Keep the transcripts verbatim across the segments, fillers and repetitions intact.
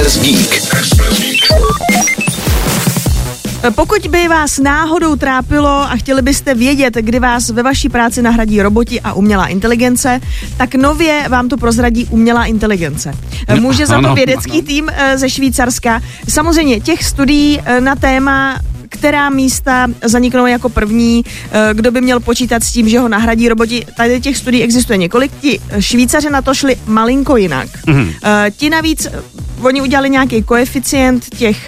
Express Geek. Pokud by vás náhodou trápilo a chtěli byste vědět, kdy vás ve vaší práci nahradí roboti a umělá inteligence, tak nově vám to prozradí umělá inteligence. Může za to vědecký tým ze Švýcarska. Samozřejmě těch studií na téma, která místa zaniknou jako první, kdo by měl počítat s tím, že ho nahradí roboti. Tady těch studií existuje několik. Ti Švýcaři na to šli malinko jinak. Mm. Ti navíc, oni udělali nějaký koeficient těch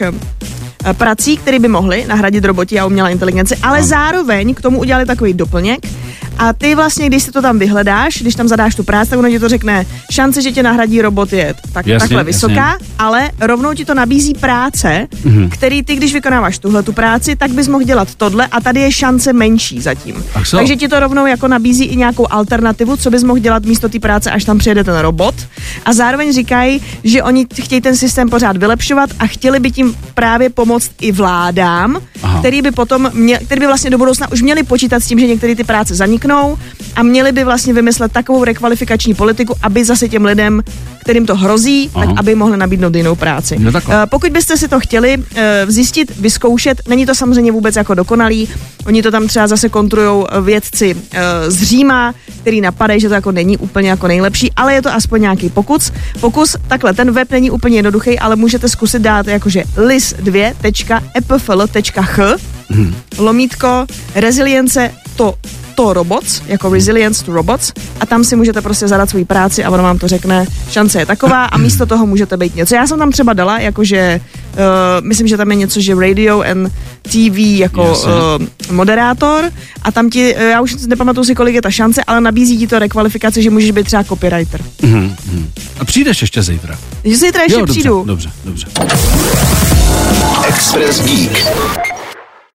prací, které by mohly nahradit roboti a umělá inteligence, ale zároveň k tomu udělali takový doplněk. A ty vlastně, když si to tam vyhledáš, když tam zadáš tu práci, tak ono ti to řekne, šance, že tě nahradí robot je tak, jasně, takhle vysoká, jasně. Ale rovnou ti to nabízí práce, mm-hmm. který ty, když vykonáváš tuhle tu práci, tak bys mohl dělat tohle a tady je šance menší zatím. Takže ti to rovnou jako nabízí i nějakou alternativu, co bys mohl dělat místo té práce, až tam přijede ten robot. A zároveň říkají, že oni chtějí ten systém pořád vylepšovat a chtěli by tím právě pomoct i vládám, Aha. který by potom, mě, který by vlastně do budoucna už měli počítat s tím, že některé ty práce zaniknou a měli by vlastně vymyslet takovou rekvalifikační politiku, aby zase těm lidem, kterým to hrozí, Aha. tak aby mohli nabídnout jinou práci. Uh, pokud byste si to chtěli uh, zjistit, vyzkoušet, není to samozřejmě vůbec jako dokonalý, oni to tam třeba zase kontrujou vědci uh, z Říma, který napadají, že to jako není úplně jako nejlepší, ale je to aspoň nějaký pokus. Pokus, takhle, ten web není úplně jednoduchý, ale můžete zkusit dát jakože lis dva tečka e p f l tečka ch hmm. lomítko rezilience to to robots, jako Resilience to Robots, a tam si můžete prostě zadat svou práci a ono vám to řekne, šance je taková a místo toho můžete být něco. Já jsem tam třeba dala, jakože, uh, myslím, že tam je něco, že radio and T V jako uh, moderátor a tam ti, uh, já už nepamatuju si, kolik je ta šance, ale nabízí ti to rekvalifikaci, že můžeš být třeba copywriter. Mm-hmm. A přijdeš ještě zítra? Že zítra ještě jo, přijdu. Dobře, dobře, dobře. Express Geek.